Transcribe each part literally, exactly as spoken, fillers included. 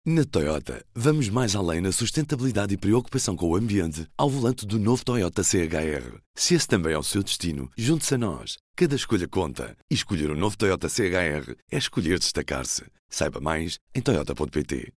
Na Toyota, vamos mais além na sustentabilidade e preocupação com o ambiente ao volante do novo Toyota C H R. Se esse também é o seu destino, junte-se a nós. Cada escolha conta. E escolher o novo Toyota C H R é escolher destacar-se. Saiba mais em toyota ponto pt.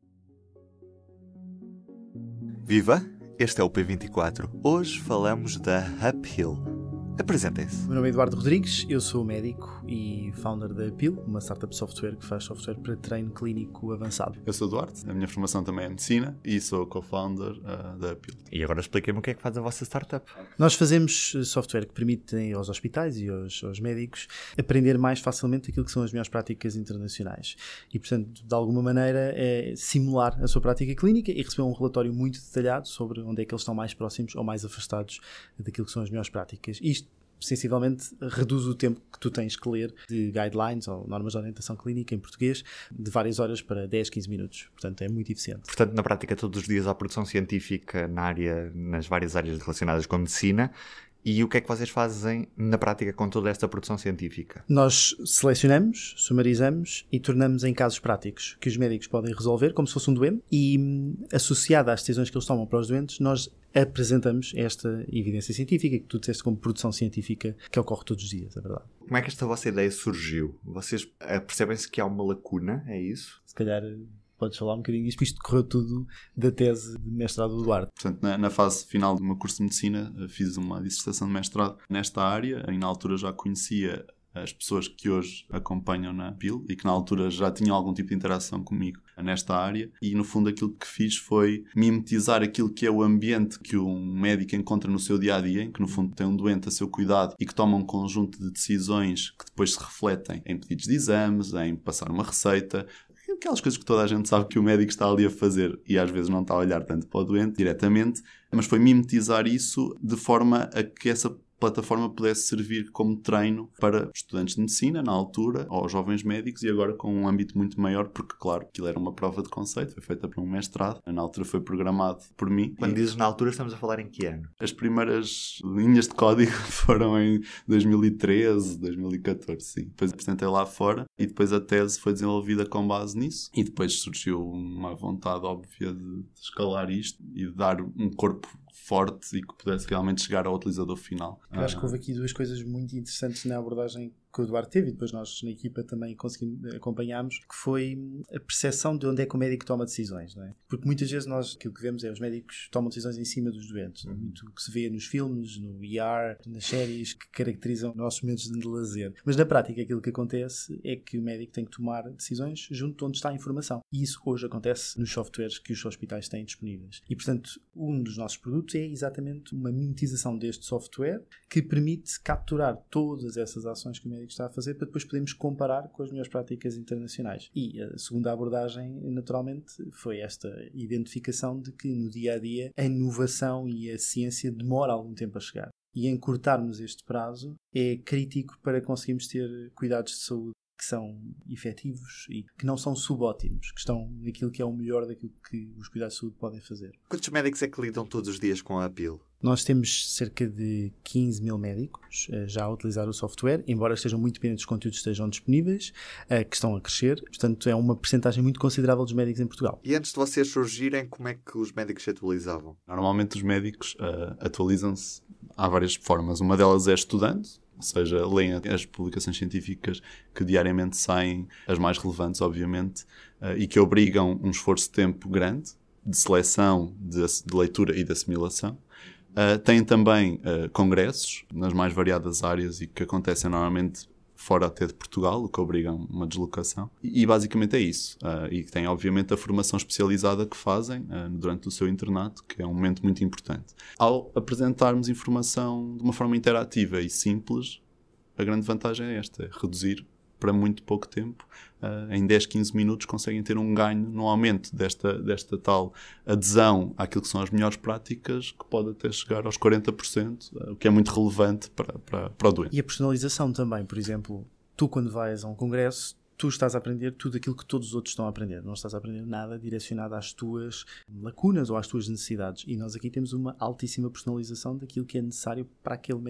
Viva! Este é o P vinte e quatro. Hoje falamos da Uphill. Apresentem-se. O meu nome é Eduardo Rodrigues, eu sou médico e founder da Uphill, uma startup de software que faz software para treino clínico avançado. Eu sou Eduardo, a minha formação também é medicina e sou co-founder uh, da Uphill. E agora expliquem-me o que é que faz a vossa startup. Nós fazemos software que permite aos hospitais e aos, aos médicos aprender mais facilmente aquilo que são as melhores práticas internacionais. E, portanto, de alguma maneira, é simular a sua prática clínica e receber um relatório muito detalhado sobre onde é que eles estão mais próximos ou mais afastados daquilo que são as melhores práticas. Isto sensivelmente reduz o tempo que tu tens que ler de guidelines ou normas de orientação clínica em português de várias horas para dez, quinze minutos. Portanto, é muito eficiente. Portanto, na prática, todos os dias há produção científica na área, nas várias áreas relacionadas com a medicina. E o que é que vocês fazem na prática com toda esta produção científica? Nós selecionamos, sumarizamos e tornamos em casos práticos que os médicos podem resolver como se fosse um doente e, associado às decisões que eles tomam para os doentes, nós apresentamos esta evidência científica que tu disseste como produção científica que ocorre todos os dias, é verdade. Como é que esta vossa ideia surgiu? Vocês percebem-se que há uma lacuna, é isso? Se calhar podes falar um bocadinho disto, isto correu tudo da tese de mestrado do Eduardo. Portanto, na, na fase final do meu curso de medicina, fiz uma dissertação de mestrado nesta área e na altura já conhecia as pessoas que hoje acompanham na Uphill e que na altura já tinham algum tipo de interação comigo nesta área e no fundo aquilo que fiz foi mimetizar aquilo que é o ambiente que um médico encontra no seu dia-a-dia, em que no fundo tem um doente a seu cuidado e que toma um conjunto de decisões que depois se refletem em pedidos de exames, em passar uma receita, aquelas coisas que toda a gente sabe que o médico está ali a fazer e às vezes não está a olhar tanto para o doente diretamente, mas foi mimetizar isso de forma a que essa plataforma pudesse servir como treino para estudantes de medicina na altura, ou jovens médicos, e agora com um âmbito muito maior, porque claro, aquilo era uma prova de conceito, foi feita por um mestrado, na altura foi programado por mim. Quando dizes na altura, estamos a falar em que ano? As primeiras linhas de código foram em dois mil e treze, dois mil e catorze, sim. Depois apresentei lá fora e depois a tese foi desenvolvida com base nisso e depois surgiu uma vontade óbvia de escalar isto e de dar um corpo forte e que pudesse realmente chegar ao utilizador final. Eu acho que houve aqui duas coisas muito interessantes na abordagem que o Eduardo teve e depois nós na equipa também conseguimos, acompanhámos, que foi a percepção de onde é que o médico toma decisões, não é? Porque muitas vezes nós, aquilo que vemos é os médicos tomam decisões em cima dos doentes, uhum. Muito o que se vê nos filmes, no E R, nas séries que caracterizam nossos momentos de lazer. Mas na prática aquilo que acontece é que o médico tem que tomar decisões junto de onde está a informação. E isso hoje acontece nos softwares que os hospitais têm disponíveis. E portanto, um dos nossos produtos é exatamente uma mimetização deste software que permite capturar todas essas ações que o médico está a fazer para depois podermos comparar com as melhores práticas internacionais. E a segunda abordagem, naturalmente, foi esta identificação de que no dia-a-dia a inovação e a ciência demora algum tempo a chegar. E encurtarmos este prazo é crítico para conseguirmos ter cuidados de saúde que são efetivos e que não são subótimos, que estão naquilo que é o melhor daquilo que os cuidados de saúde podem fazer. Quantos médicos é que lidam todos os dias com a Uphill? Nós temos cerca de quinze mil médicos uh, já a utilizar o software, embora estejam muito dependentes dos conteúdos que estejam disponíveis, uh, que estão a crescer. Portanto, é uma percentagem muito considerável dos médicos em Portugal. E antes de vocês surgirem, como é que os médicos se atualizavam? Normalmente os médicos uh, atualizam-se há várias formas. Uma delas é estudando, ou seja, leem as publicações científicas que diariamente saem, as mais relevantes, obviamente, uh, e que obrigam um esforço de tempo grande, de seleção, de, de leitura e de assimilação. Uh, têm também uh, congressos nas mais variadas áreas e que acontecem normalmente fora até de Portugal, o que obriga a uma deslocação. E, e basicamente é isso. Uh, e tem, obviamente, a formação especializada que fazem uh, durante o seu internato, que é um momento muito importante. Ao apresentarmos informação de uma forma interativa e simples, a grande vantagem é esta, é reduzir para muito pouco tempo. Uh, em dez, quinze minutos conseguem ter um ganho no aumento desta, desta tal adesão àquilo que são as melhores práticas, que pode até chegar aos quarenta por cento, uh, o que é muito relevante para, para, para o doente. E a personalização também, por exemplo, tu quando vais a um congresso, tu estás a aprender tudo aquilo que todos os outros estão a aprender. Não estás a aprender nada direcionado às tuas lacunas ou às tuas necessidades. E nós aqui temos uma altíssima personalização daquilo que é necessário para aquele médico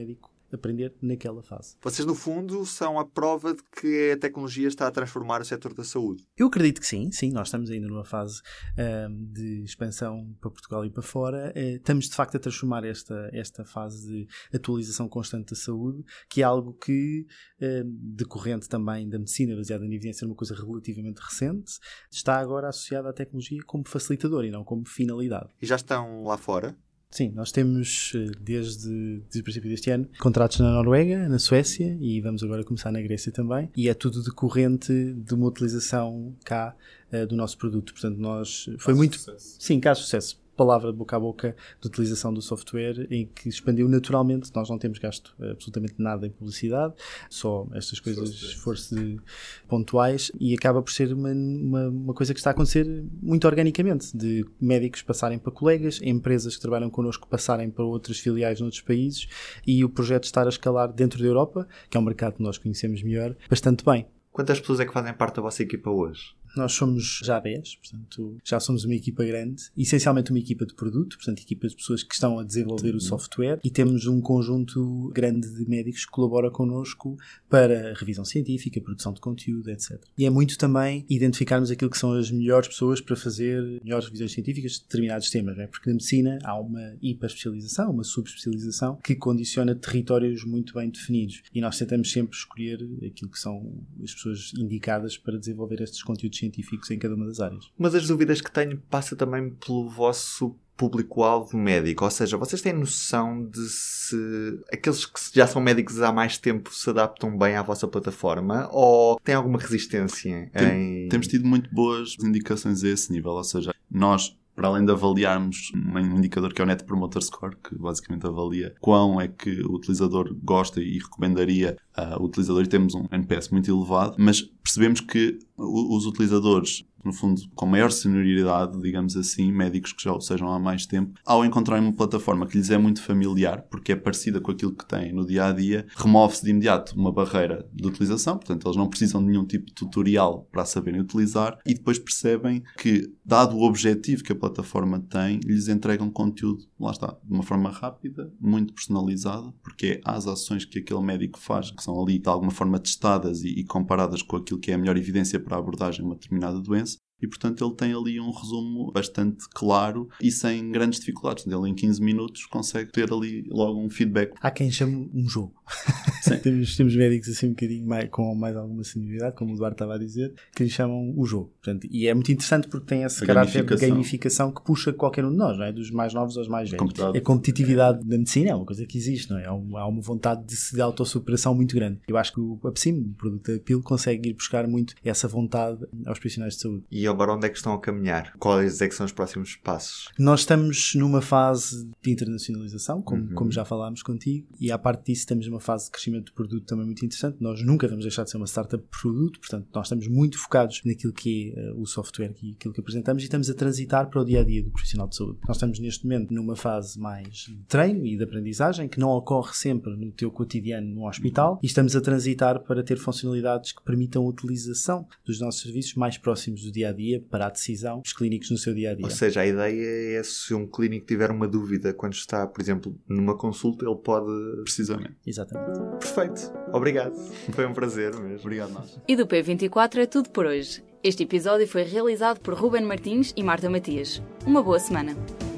aprender naquela fase. Vocês, no fundo, são a prova de que a tecnologia está a transformar o setor da saúde. Eu acredito que sim, sim, nós estamos ainda numa fase um, de expansão para Portugal e para fora. Uh, estamos, de facto, a transformar esta, esta fase de atualização constante da saúde, que é algo que, uh, decorrente também da medicina, baseada em evidência, uma coisa relativamente recente, está agora associada à tecnologia como facilitador e não como finalidade. E já estão lá fora? Sim, nós temos desde, desde o princípio deste ano contratos na Noruega, na Suécia e vamos agora começar na Grécia também, e é tudo decorrente de uma utilização cá uh, do nosso produto. Portanto, nós foi caso muito sucesso. Sim, caso de sucesso. Palavra de boca a boca de utilização do software em que expandiu naturalmente. Nós não temos gasto absolutamente nada em publicidade, só estas coisas esforço de pontuais, e acaba por ser uma, uma, uma coisa que está a acontecer muito organicamente, de médicos passarem para colegas, empresas que trabalham connosco passarem para outras filiais noutros países e o projeto estar a escalar dentro da Europa, que é um mercado que nós conhecemos melhor, bastante bem. Quantas pessoas é que fazem parte da vossa equipa hoje? Nós somos já dez, portanto, já somos uma equipa grande, essencialmente uma equipa de produto, portanto, equipa de pessoas que estão a desenvolver o software, e temos um conjunto grande de médicos que colabora connosco para revisão científica, produção de conteúdo, etcétera. E é muito também identificarmos aquilo que são as melhores pessoas para fazer melhores revisões científicas de determinados temas, não é? Porque na medicina há uma hiperespecialização, uma subespecialização que condiciona territórios muito bem definidos, e nós tentamos sempre escolher aquilo que são as pessoas indicadas para desenvolver estes conteúdos científicos em cada uma das áreas. Uma das dúvidas que tenho passa também pelo vosso público-alvo médico, ou seja, vocês têm noção de se aqueles que já são médicos há mais tempo se adaptam bem à vossa plataforma ou têm alguma resistência? Tem, em... Temos tido muito boas indicações a esse nível, ou seja, nós, para além de avaliarmos um indicador que é o Net Promoter Score, que basicamente avalia quão é que o utilizador gosta e recomendaria uh, o utilizador, e temos um N P S muito elevado, mas percebemos que os utilizadores, no fundo, com maior senioridade, digamos assim, médicos que já o sejam há mais tempo, ao encontrarem uma plataforma que lhes é muito familiar, porque é parecida com aquilo que têm no dia-a-dia, remove-se de imediato uma barreira de utilização, portanto, eles não precisam de nenhum tipo de tutorial para a saberem utilizar, e depois percebem que, dado o objetivo que a plataforma tem, lhes entregam conteúdo, lá está, de uma forma rápida, muito personalizada, porque é as ações que aquele médico faz, que são ali, de alguma forma, testadas e, e comparadas com aquilo que é a melhor evidência para a abordagem de uma determinada doença. E, portanto, ele tem ali um resumo bastante claro e sem grandes dificuldades. Ele, em quinze minutos, consegue ter ali logo um feedback. Há quem chame um jogo. temos, temos médicos assim um bocadinho mais, com mais alguma senioridade, como o Eduardo estava a dizer, que lhe chamam o jogo. Portanto, e é muito interessante porque tem esse a caráter gamificação. de gamificação que puxa qualquer um de nós, não é? Dos mais novos aos mais velhos. A competitividade da medicina é uma coisa que existe, não é? Há uma, há uma vontade de, de autossuperação muito grande. Eu acho que o Apsim, o produto da Pil, consegue ir buscar muito essa vontade aos profissionais de saúde. E agora onde é que estão a caminhar? Quais é que são os próximos passos? Nós estamos numa fase de internacionalização, como, uhum. como já falámos contigo, e à parte disso estamos numa fase de crescimento de produto também muito interessante. Nós nunca vamos deixar de ser uma startup de produto, portanto nós estamos muito focados naquilo que é uh, o software e aquilo que apresentamos, e estamos a transitar para o dia-a-dia do profissional de saúde. Nós estamos neste momento numa fase mais de treino e de aprendizagem, que não ocorre sempre no teu cotidiano no hospital, e estamos a transitar para ter funcionalidades que permitam a utilização dos nossos serviços mais próximos do dia-a-dia para a decisão dos clínicos no seu dia-a-dia. Ou seja, a ideia é, se um clínico tiver uma dúvida quando está, por exemplo, numa consulta, ele pode... Precisamente. Exatamente. Perfeito. Obrigado. Foi um prazer mesmo. Obrigado, nós. E do P vinte e quatro é tudo por hoje. Este episódio foi realizado por Ruben Martins e Marta Matias. Uma boa semana.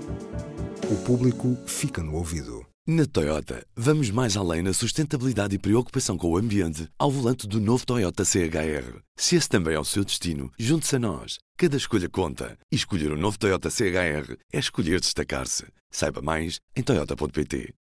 O público fica no ouvido. Na Toyota, vamos mais além na sustentabilidade e preocupação com o ambiente ao volante do novo Toyota C H R. Se esse também é o seu destino, junte-se a nós. Cada escolha conta. E escolher o novo Toyota C H R é escolher destacar-se. Saiba mais em toyota ponto pt.